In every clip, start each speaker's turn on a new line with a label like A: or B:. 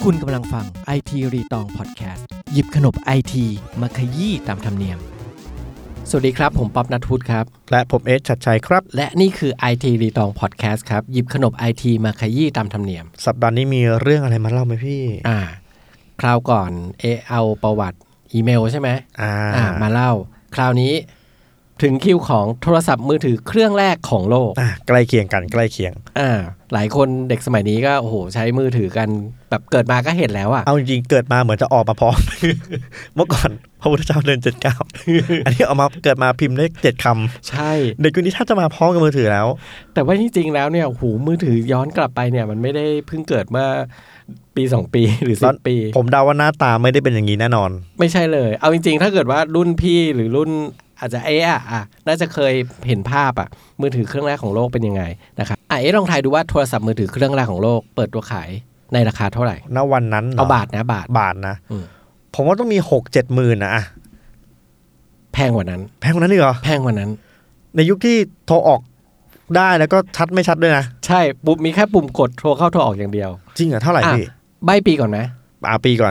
A: คุณกำลังฟัง IT รีตองพอดแคสต์หยิบขนบ IT มาขยี้ตามธรรมเนียมสวัสดีครับผมป๊อบณัฐวุฒิครับ
B: และผมเอสชัดชัยครับ
A: และนี่คือ IT รีตองพอดแคสต์ครับหยิบขนบ IT มาขยี้ตามธรรมเนียม
B: สัปดาห์นี้มีเรื่องอะไรมาเล่าไหมพี่
A: คราวก่อนเอาประวัติอีเมลใช่ไหมมาเล่าคราวนี้ถึงคิวของโทรศัพท์มือถือเครื่องแรกของโลก
B: ใกล้เคียงกันใกล้เคียง
A: หลายคนเด็กสมัยนี้ก็โอ้โหใช้มือถือกันแบบเกิดมาก็เห็นแล้ว
B: เอาจริงๆเกิดมาเหมือนจะออกมาพร้อม เมื่อก่อนพระพุทธเจ้าเดิน79 อันนี้ออกมาเกิดมาพิมพ์ได้7ค
A: ำใช่
B: เด็กคนนี้ถ้าจะมาพร้อมกับมือถือแล้ว
A: แต่ว่าจริงๆแล้วเนี่ยหูมือถือย้อนกลับไปเนี่ยมันไม่ได้เพิ่งเกิดเมื่อปี2ปีหรือ10ปี
B: ผมเดาว่าหน้าตาไม่ได้เป็นอย่างนี้แน่นอน
A: ไม่ใช่เลยเอาจริงๆถ้าเกิดว่ารุ่นพี่หรือรุ่นอาจจะน่าจะเคยเห็นภาพมือถือเครื่องแรกของโลกเป็นยังไงนะครับลองทายดูว่าโทรศัพท์มือถือเครื่องแรกของโลกเปิดตัวขายในราคาเท่าไหร่
B: ณวันนั้น
A: เอาบาทนะ
B: บาทนะผมว่าต้องมี 6-7 หมื่นนะ
A: แพงกว่านั้น
B: นี่เหรอ
A: แพงกว่านั้น
B: ในยุคที่โทรออกได้แล้วก็ชัดไม่ชัดด้วยนะ
A: ใช่ปุ๊บมีแค่ปุ่มกดโทรเข้าโทรออกอย่างเดียว
B: จริงเหรอเท่าไหร่พี่
A: ใบปีก่อนไหม
B: ปีก่อน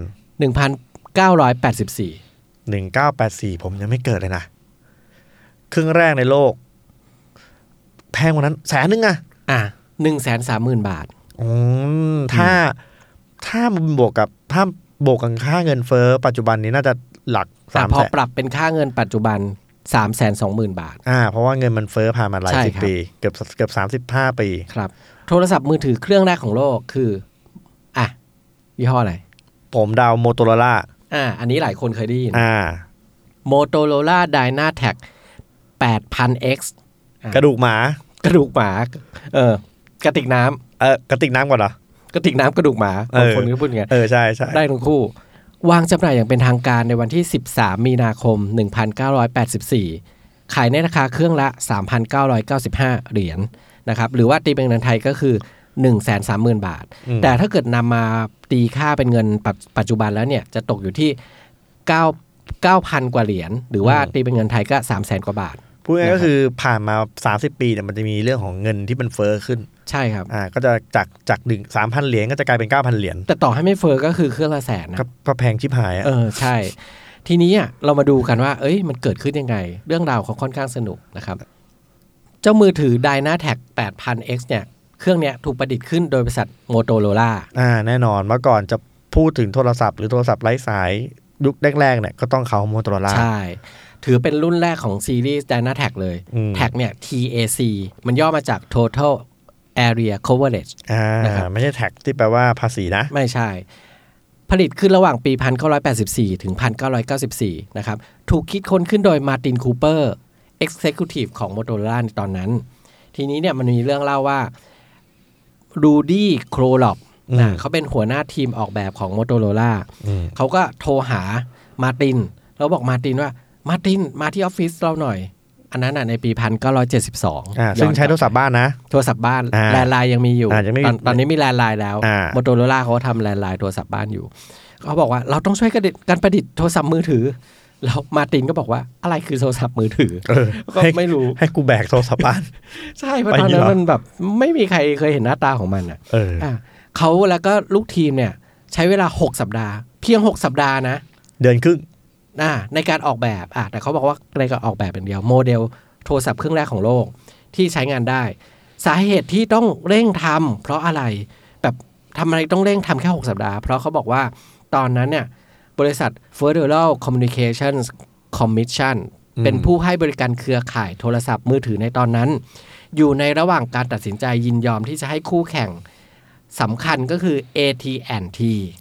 A: 1984
B: ผมยังไม่เกิดเลยนะเครื่องแรกในโลกแพงกว่านั้น100,000
A: 130,000 บาท
B: ถ้าบวกกับค่าเงินเฟ้อปัจจุบันนี้น่าจะหลัก
A: 300,000พอปรับเป็นค่าเงินปัจจุบัน 320,000 บาท
B: เพราะว่าเงินมันเฟ้อผ่านมาหลายสิบปีเกือบ35ปี
A: ครับโทรศัพท์มือถือเครื่องแรกของโลกคือยี่ห้ออะไร
B: ผมเดา Motorola
A: อันนี้หลายคนเคยได้ยินMotorola Dynatec 8000X
B: กระดูกหมาก
A: ระติกน้
B: ำกระติกน้ำก่อนเหร
A: อกระติกน้ำกระดูกหมาบางคนก็พูดอย่างนี้
B: ใช่
A: ได้ทั้งคู่วางจำหน่ายอย่างเป็นทางการในวันที่13มีนาคม1984ขายในราคาเครื่องละ 3,995 เหรียญนะครับหรือว่าตีเป็นเงินไทยก็คือ 130,000 บาทแต่ถ้าเกิดนำมาตีค่าเป็นเงินปัจจุบันแล้วเนี่ยจะตกอยู่ที่ 9,000 กว่าเหรียญหรือว่าตีเป็นเงินไทยก็ 300,000 กว่าบาท
B: พูดง่ายก็คือผ่านมา30ปีเนี่ยมันจะมีเรื่องของเงินที่มันเฟ้อขึ้น
A: ใช่ครับ
B: ก็จะจาก3,000 เหรียญก็จะกลายเป็น 9,000 เหรียญ
A: แต่ต่อให้ไม่เฟ้อก็คือเครื่องละแสนนะ
B: ก็แพงชิบหาย
A: ใช่ทีนี้เรามาดูกันว่ามันเกิดขึ้นยังไงเรื่องราวเขาค่อนข้างสนุกนะครับเจ้ามือถือ Dynatec 8000X เนี่ยเครื่องเนี้ยถูกประดิษฐ์ขึ้นโดยบริษัท Motorola
B: แน่นอนเมื่อก่อนจะพูดถึงโทรศัพท์หรือโทรศัพท์ไร้สายยุคแรกๆเนี่ยก็ต้องเขา Motorola
A: ใช่ถือเป็นรุ่นแรกของซีรีส์ Dynatec เลยแท็กเนี่ย TAC มันย่อมาจาก Total Area Coverage
B: นะครับไม่ใช่แท็กที่แปลว่าภาษีนะ
A: ไม่ใช่ผลิตขึ้นระหว่างปี1984ถึง1994นะครับถูกคิดค้นขึ้นโดย Martin Cooper Executive ของ Motorola ในตอนนั้นทีนี้เนี่ยมันมีเรื่องเล่าว่า Rudy Krolop เขาเป็นหัวหน้าทีมออกแบบของ Motorola เขาก็โทรหา Martin แล้วบอก Martin ว่ามาร์ตินมาที่ออฟฟิศเราหน่อยอันนั้นในปี1972
B: ซึ่งใช้โทรศัพท์บ้านนะ
A: โทรศัพท์บ้านแลนด์ไลน์ยังมีอยู่ตอนนี้มีแลนด์ไลน์แล้วMotorola เขาทำแลนด์ไลน์โทรศัพท์บ้านอยู่เขาบอกว่าเราต้องช่วยกันประดิษฐ์โทรศัพท์มือถือแล้วมาร์ตินก็บอกว่าอะไรคือโทรศัพท์มือถือก็ไม่รู้
B: ให้กูแบกโทรศัพท์บ้าน
A: ใช่เพราะตอนนั้นมันแบบไม่มีใครเคยเห็นหน้าตาของมันเขาแล้วก็ลูกทีมเนี่ยใช้เวลา6สัปดาห์เพียง6สัปดาห์นะ
B: เดือนครึ่ง
A: ในการออกแบบแต่เขาบอกว่าในการออกแบบเป็นเดียวโมเดลโทรศัพท์เครื่องแรกของโลกที่ใช้งานได้สาเหตุที่ต้องเร่งทำเพราะอะไรแบบทำอะไรต้องเร่งทำแค่6สัปดาห์เพราะเขาบอกว่าตอนนั้นเนี่ยบริษัท Federal Communications Commission เป็นผู้ให้บริการเครือข่ายโทรศัพท์มือถือในตอนนั้นอยู่ในระหว่างการตัดสินใจยินยอมที่จะให้คู่แข่งสำคัญก็คือ AT&T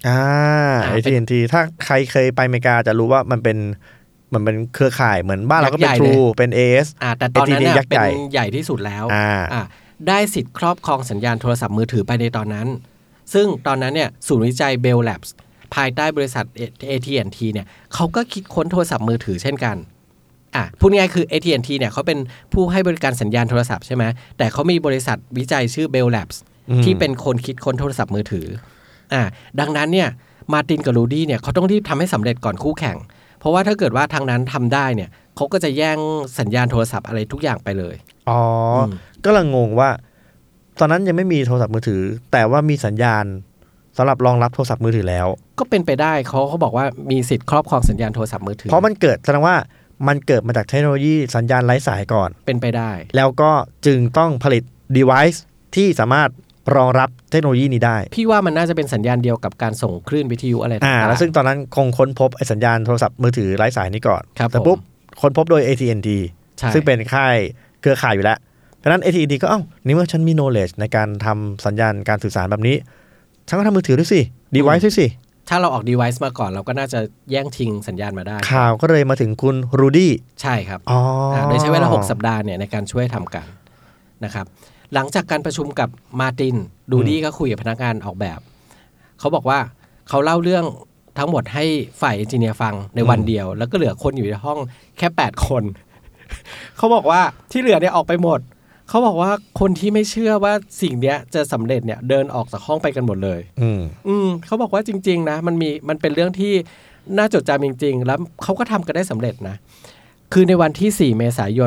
B: AT&T ถ้าใครเคยไปอเมริกาจะรู้ว่ามันเป็นเครือข่ายเหมือนบ้านเราก็เป็น True เป็น AS
A: แต่ตอนนั้นเป็นใหญ่ที่สุดแล้วได้สิทธิ์ครอบครองสัญญาณโทรศัพท์มือถือไปในตอนนั้นซึ่งตอนนั้นเนี่ยศูนย์วิจัย Bell Labs ภายใต้บริษัท AT&T เนี่ยเขาก็คิดค้นโทรศัพท์มือถือเช่นกันพูดง่ายๆคือ AT&T เนี่ยเขาเป็นผู้ให้บริการสัญญาณโทรศัพท์ใช่ไหมแต่เขามีบริษัทวิจัยชื่อ Bell Labsที่เป็นคนคิดค้นโทรศัพท์มือถือดังนั้นเนี่ยมาร์ตินกับรูดี้เนี่ยเขาต้องรีบทำให้สำเร็จก่อนคู่แข่งเพราะว่าถ้าเกิดว่าทางนั้นทำได้เนี่ยเขาก็จะแย่งสัญญาณโทรศัพท์อะไรทุกอย่างไปเลย
B: ก็ลังงงว่าตอนนั้นยังไม่มีโทรศัพท์มือถือแต่ว่ามีสัญญาณสำหรับรองรับโทรศัพท์มือถือแล้ว
A: ก็เป็นไปได้เขาบอกว่ามีสิทธิ์ครอบครองสัญญาณโทรศัพท์มือถือ
B: เพราะมันเกิดแสดงว่ามันเกิดมาจากเทคโนโลยีสัญญาณไร้สายก่อน
A: เป็นไปได้
B: แล้วก็จึงต้องผลิต device ที่สามารถรองรับเทคโนโลยีนี้ได้
A: พี่ว่ามันน่าจะเป็นสัญญาณเดียวกับการส่งคลื่นวิทยุอะไรต่างๆ
B: แล้วซึ่งตอนนั้นคงค้นพบไอ้สัญญาณโทรศัพท์มือถือไร้สายนี้ก่อน
A: แต่
B: ปุ๊บค้นพบโดย AT&T ซึ่งเป็นค่ายเครือข่ายอยู่แล้วเพราะนั้น AT&T ก็นี่เมื่อฉันมี knowledge ในการทำสัญญาณการสื่อสารแบบนี้ฉันก็ทำมือถือด้วยสิ device ด้วยสิ
A: ถ้าเราออก device มาก่อนเราก็น่าจะแย่งชิงสัญญาณมาได้
B: ข่าวก็เลยมาถึงคุณรูดี้
A: ใช่ครับโดยใช้เวลา6สัปดาห์เนี่ยในการช่วยทำกันนะครับหลังจากการประชุมกับมาร์ตินรูดี้ก็คุยกับพนักงานออกแบบเขาบอกว่าเขาเล่าเรื่องทั้งหมดให้ฝ่ายเอนจิเนียร์ฟังในวันเดียวแล้วก็เหลือคนอยู่ในห้องแค่8คนเขาบอกว่าที่เหลือเนี่ยออกไปหมดเขาบอกว่าคนที่ไม่เชื่อว่าสิ่งเนี้ยจะสำเร็จเนี่ยเดินออกจากห้องไปกันหมดเลยเขาบอกว่าจริงๆนะมันเป็นเรื่องที่น่าจดจำจริงๆแล้วเขาก็ทำกันได้สำเร็จนะคือในวันที่4เมษายน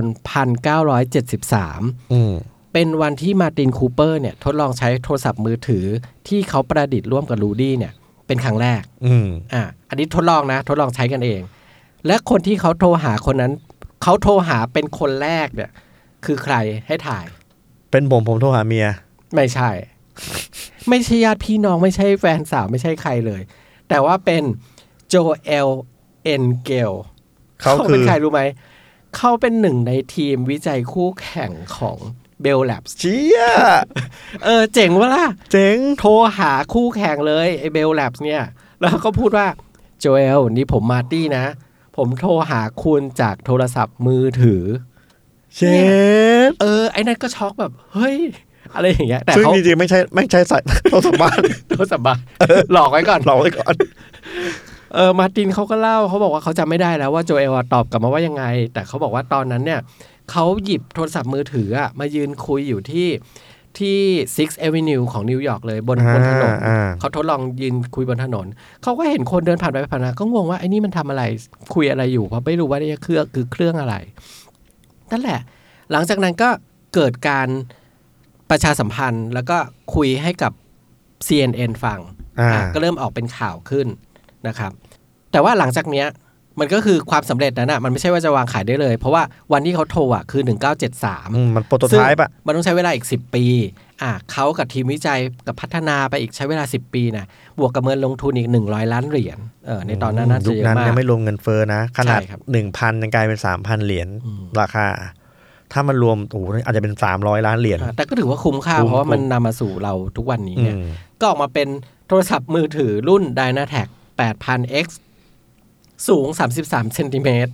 A: 1973เป็นวันที่มาร์ตินคูเปอร์เนี่ยทดลองใช้โทรศัพท์มือถือที่เขาประดิษฐ์ร่วมกับรูดี้เนี่ยเป็นครั้งแรกอันนี้ทดลองใช้กันเองและคนที่เขาโทรหาคนนั้นเขาโทรหาเป็นคนแรกเนี่ยคือใครให้ถ่าย
B: เป็นผมโทรหาเมีย
A: ไม่ใช่ ไม่ใช่ญาติพี่น้องไม่ใช่แฟนสาวไม่ใช่ใครเลยแต่ว่าเป็นโจเอลเอ็นเกลเขาเป็นใครรู้ไหมเขาเป็นหนึ่งในทีมวิจัยคู่แข่งของเบลแลบส์
B: เจี๊ย
A: เจ๋งวะล่ะ
B: เจ๋ง
A: โทรหาคู่แข่งเลยไอ้เบลแลบส์เนี่ยแล้วก็พูดว่าโจเอลนี่ผมมาร์ตี้นะผมโทรหาคุณจากโทรศัพท์มือถือ
B: เช็ด
A: ไอ้นั่นก็ช็อกแบบเฮ้ยอะไรอย่างเงี้ย
B: แต่เขาจริงๆไม่ใช่ใส่โทรศัพท์บ้าน
A: หลอกไว้ก่อน
B: มา
A: ร์ตินเขาก็เล่าเขาบอกว่าเขาจำไม่ได้แล้วว่าโจเอลตอบกลับมาว่ายังไงแต่เขาบอกว่าตอนนั้นเนี่ยเขาหยิบโทรศัพท์มือถือมายืนคุยอยู่ที่ Sixth Avenue ของนิวยอร์กเลยบนถนนเขาทดลองยืนคุยบนถนนเขาก็เห็นคนเดินผ่านไปผ่านมาก็งงว่าไอ้นี่มันทำอะไรคุยอะไรอยู่เพราะไม่รู้ว่านี่คือเครื่องอะไรนั่นแหละหลังจากนั้นก็เกิดการประชาสัมพันธ์แล้วก็คุยให้กับ CNN ฟังก็เริ่มออกเป็นข่าวขึ้นนะครับแต่ว่าหลังจากเนี้ยมันก็คือความสำเร็จนั้นมันไม่ใช่ว่าจะวางขายได้เลยเพราะว่าวันที่เขาโทรคือ1973
B: มันโปรโตไทป์
A: มันต้องใช้เวลาอีก10ปีเขากับทีมวิจัยกับพัฒนาไปอีกใช้เวลา10ปีนะบวกกับเงินลงทุนอีก$100 ล้านในตอนนั้นน่าจะเยอะมาก
B: ยังไม่รวมเงินเฟ้อนะขนาด 1,000 ยังกลายเป็น 3,000 เหรียญราคาถ้ามันรวมอาจจะเป็น$300 ล้าน
A: แต่ก็ถือว่าคุ้มค่าเพราะว่ามันนำมาสู่เราทุกวันนี้เนี่ยก็ออกมาเป็นโทรศัพท์มือถือรุ่น Dynatec 8000X สูง33เซนติเมตร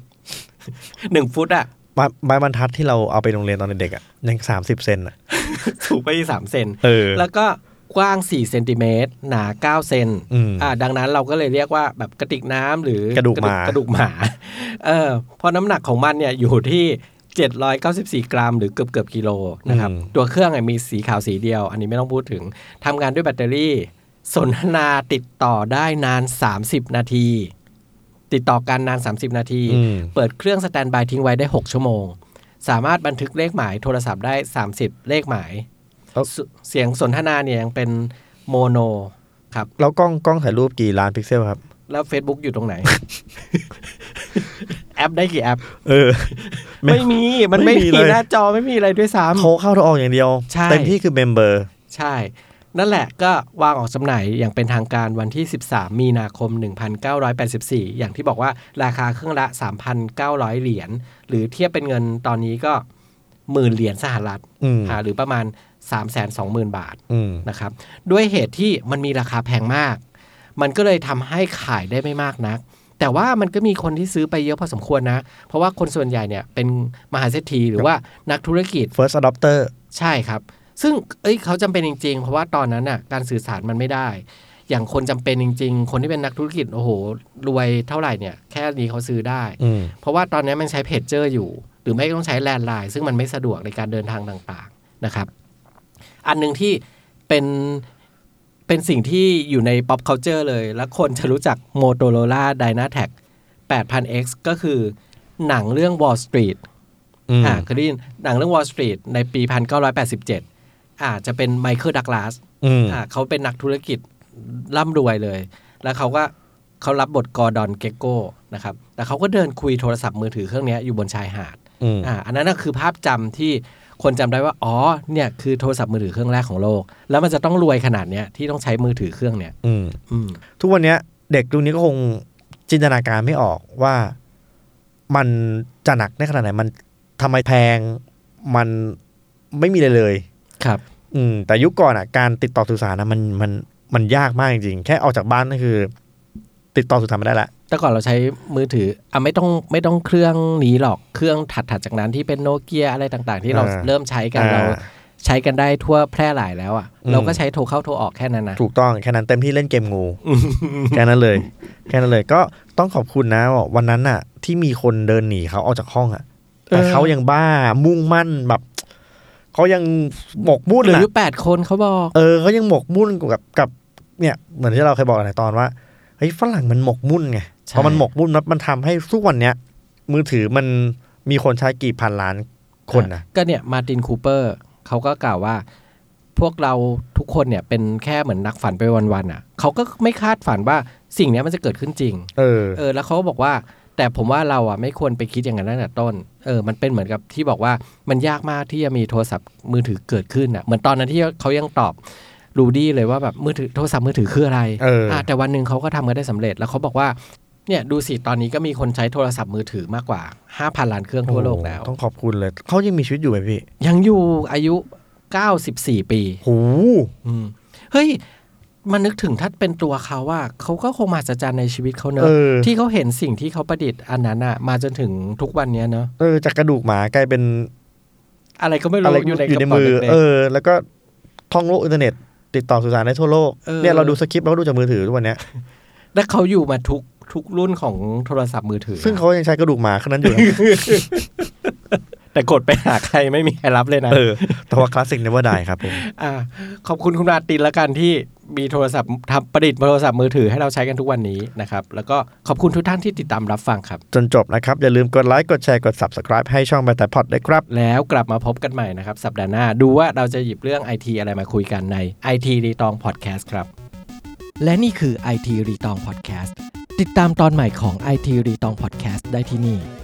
A: 1 ฟุต
B: ใบบรรทัดที่เราเอาไปโรงเรียนตอนเด็กยัง30 เซน
A: สูงไป3เซนแล้วก็กว้าง4เซนติเมตรหนา9เซนดังนั้นเราก็เลยเรียกว่าแบบกระติกน้ำหรือก
B: ระดูก
A: หมาเพราะน้ำหนักของมันเนี่ยอยู่ที่794 กรัมหรือเกือบกิโลนะครับตัวเครื่องมีสีขาวสีเดียวอันนี้ไม่ต้องพูดถึงทำงานด้วยแบตเตอรี่สนทนาติดต่อได้นาน30นาทีติดต่อกันนาน30นาทีเปิดเครื่องสแตนด์บายทิ้งไว้ได้6ชั่วโมงสามารถบันทึกเลขหมายโทรศัพท์ได้30เลขหมายเสียงสนทนาเนี่ยยังเป็นโมโนครับ
B: แล้วกล้องถ่ายรูปกี่ล้านพิกเซลครับ
A: แล้ว Facebook อยู่ตรงไหน แอปได้กี่แอปไม่มีมันไม่มีหน้าจอไม่มีอะไรด้วยซ้ำ
B: โทรเข้าโทรออกอย่างเดียวเต็มที่คือเมมเบอร์
A: ใช่นั่นแหละก็วางออกจำหน่ายอย่างเป็นทางการวันที่13มีนาคม1984อย่างที่บอกว่าราคาเครื่องละ 3,900 เหรียญหรือเทียบเป็นเงินตอนนี้ก็10,000 เหรียญสหรัฐหรือประมาณ 320,000 บาทนะครับด้วยเหตุที่มันมีราคาแพงมากมันก็เลยทำให้ขายได้ไม่มากนักแต่ว่ามันก็มีคนที่ซื้อไปเยอะพอสมควรนะเพราะว่าคนส่วนใหญ่เนี่ยเป็นมหาเศรษฐีหรือว่านักธุรกิจ
B: first adopter
A: ใช่ครับซึ่งเขาจำเป็นจริงๆเพราะว่าตอนนั้นน่ะการสื่อสารมันไม่ได้อย่างคนจำเป็นจริงๆคนที่เป็นนักธุรกิจโอ้โหรวยเท่าไหร่เนี่ยแค่นี้เขาซื้อได้เพราะว่าตอนนี้มันใช้เพจเจอร์อยู่หรือไม่ต้องใช้แลนด์ไลน์ซึ่งมันไม่สะดวกในการเดินทางต่างๆนะครับอันนึงที่เป็นสิ่งที่อยู่ใน pop culture เลยแล้วคนจะรู้จัก Motorola Dynatec 8000X ก็คือหนังเรื่อง Wall Street เคยได้ยินหนังเรื่อง Wall Street ในปี1987จะเป็นไมเคิลดักลาสเขาเป็นนักธุรกิจร่ำรวยเลยแล้วเขารับบทกอร์ดอนเกโก้นะครับแต่เขาก็เดินคุยโทรศัพท์มือถือเครื่องนี้อยู่บนชายหาดอันนั้นก็คือภาพจำที่คนจำได้ว่าอ๋อเนี่ยคือโทรศัพท์มือถือเครื่องแรกของโลกแล้วมันจะต้องรวยขนาดเนี้ยที่ต้องใช้มือถือเครื่องเนี้ย
B: ทุกวันนี้เด็กรุ่นนี้ก็คงจินตนาการไม่ออกว่ามันจะหนักได้ขนาดไหนมันทำไมแพงมันไม่มีเลย
A: ครับ
B: แต่ยุคก่อนการติดต่อสื่อสารมันยากมากจริงๆแค่ออกจากบ้านก็คือติดต่อสื่อสารไม่ได้ละ
A: แต่ก่อนเราใช้มือถือไม่ต้องเครื่องนี้หรอกเครื่องถัดจากนั้นที่เป็นโนเกียอะไรต่างๆที่เราเริ่มใช้กันเราใช้กันได้ทั่วแพร่หลายแล้วเราก็ใช้โทรเข้าโทรออกแค่นั้นนะ
B: ถูกต้องแค่นั้นเต็มที่เล่นเกมงู แค่นั้นเลยก็ต้องขอบคุณนะวันนั้นที่มีคนเดินหนีเขาออกจากห้องแต่เขายังบ้ามุ่งมั่นแบบเขายังหมกมุ่น
A: เหลืออยู่8 คนเขาบอก
B: เขายังหมกมุ่นกับเนี่ยเหมือนที่เราเคยบอกในตอนว่าเฮ้ยฝรั่งมันหมกมุ่นไงพอมันหมกมุ่นมันทำให้ทุกวันเนี้ยมือถือมันมีคนใช้กี่พันล้านคนนะ
A: ก็เนี่ยมาร์ตินคูเปอร์เขาก็กล่าวว่าพวกเราทุกคนเนี่ยเป็นแค่เหมือนนักฝันไปวันๆเขาก็ไม่คาดฝันว่าสิ่งนี้มันจะเกิดขึ้นจริงแล้วเขาก็บอกว่าแต่ผมว่าเราไม่ควรไปคิดอย่างนั้นตั้งแต่ต้นมันเป็นเหมือนกับที่บอกว่ามันยากมากที่จะมีโทรศัพท์มือถือเกิดขึ้นเหมือนตอนนั้นที่เขายังตอบรูดี้เลยว่าแบบมือถือโทรศัพท์มือถือคืออะไรแต่วันนึงเขาก็ทำกันได้สำเร็จแล้วเขาบอกว่าเนี่ยดูสิตอนนี้ก็มีคนใช้โทรศัพท์มือถือมากกว่า 5,000 ล้านเครื่องทั่วโลกแล้ว
B: ต้องขอบคุณเลยเขายังมีชีวิตอยู่ไหมพี่
A: ยังอยู่อายุ94 ปี
B: โอ้
A: เฮ้ยมานึกถึงถ้าเป็นตัวเขาเขาก็คงมหัศจรรย์ในชีวิตเขาเนอะที่เขาเห็นสิ่งที่เขาประดิษฐ์อันนั้นมาจนถึงทุกวันนี้เนอะ
B: จากกระดูกหมากลายเป็น
A: อะไรก็ไม่รู้
B: อยู่ในมือแล้วก็ท่องโลกอินเทอร์เน็ตติดต่อสื่อสารในทั่วโลกเนี่ยเราดูสคริปต์เราก็ดูจากมือถือทุกวันนี้
A: และเขาอยู่มาทุกรุ่นของโทรศัพท์มือถือ
B: ซึ่งเขายังใช้กระดูกหมาขนาดนั้นอยู่
A: แต่กดไปหาใครไม่มีใครรับเลยนะ
B: แต่ว่าคลาสสิกเนเวอร์ไดครับผม
A: ขอบคุณคุณมาร์ตินแล้วกันที่มีโทรศัพท์ทำประดิษฐ์โทรศัพท์มือถือให้เราใช้กันทุกวันนี้นะครับแล้วก็ขอบคุณทุกท่านที่ติดตามรับฟังครับ
B: จนจบนะครับอย่าลืมกดไลค์กดแชร์กด Subscribe ให้ช่อง Better Pod ด้วยครับ
A: แล้วกลับมาพบกันใหม่นะครับสัปดาห์หน้าดูว่าเราจะหยิบเรื่อง IT อะไรมาคุยกันใน IT รีตอง Podcast ครับและนี่คือ IT รีตอง Podcast ติดตามตอนใหม่ของ IT รีตอง Podcast ได้ที่นี่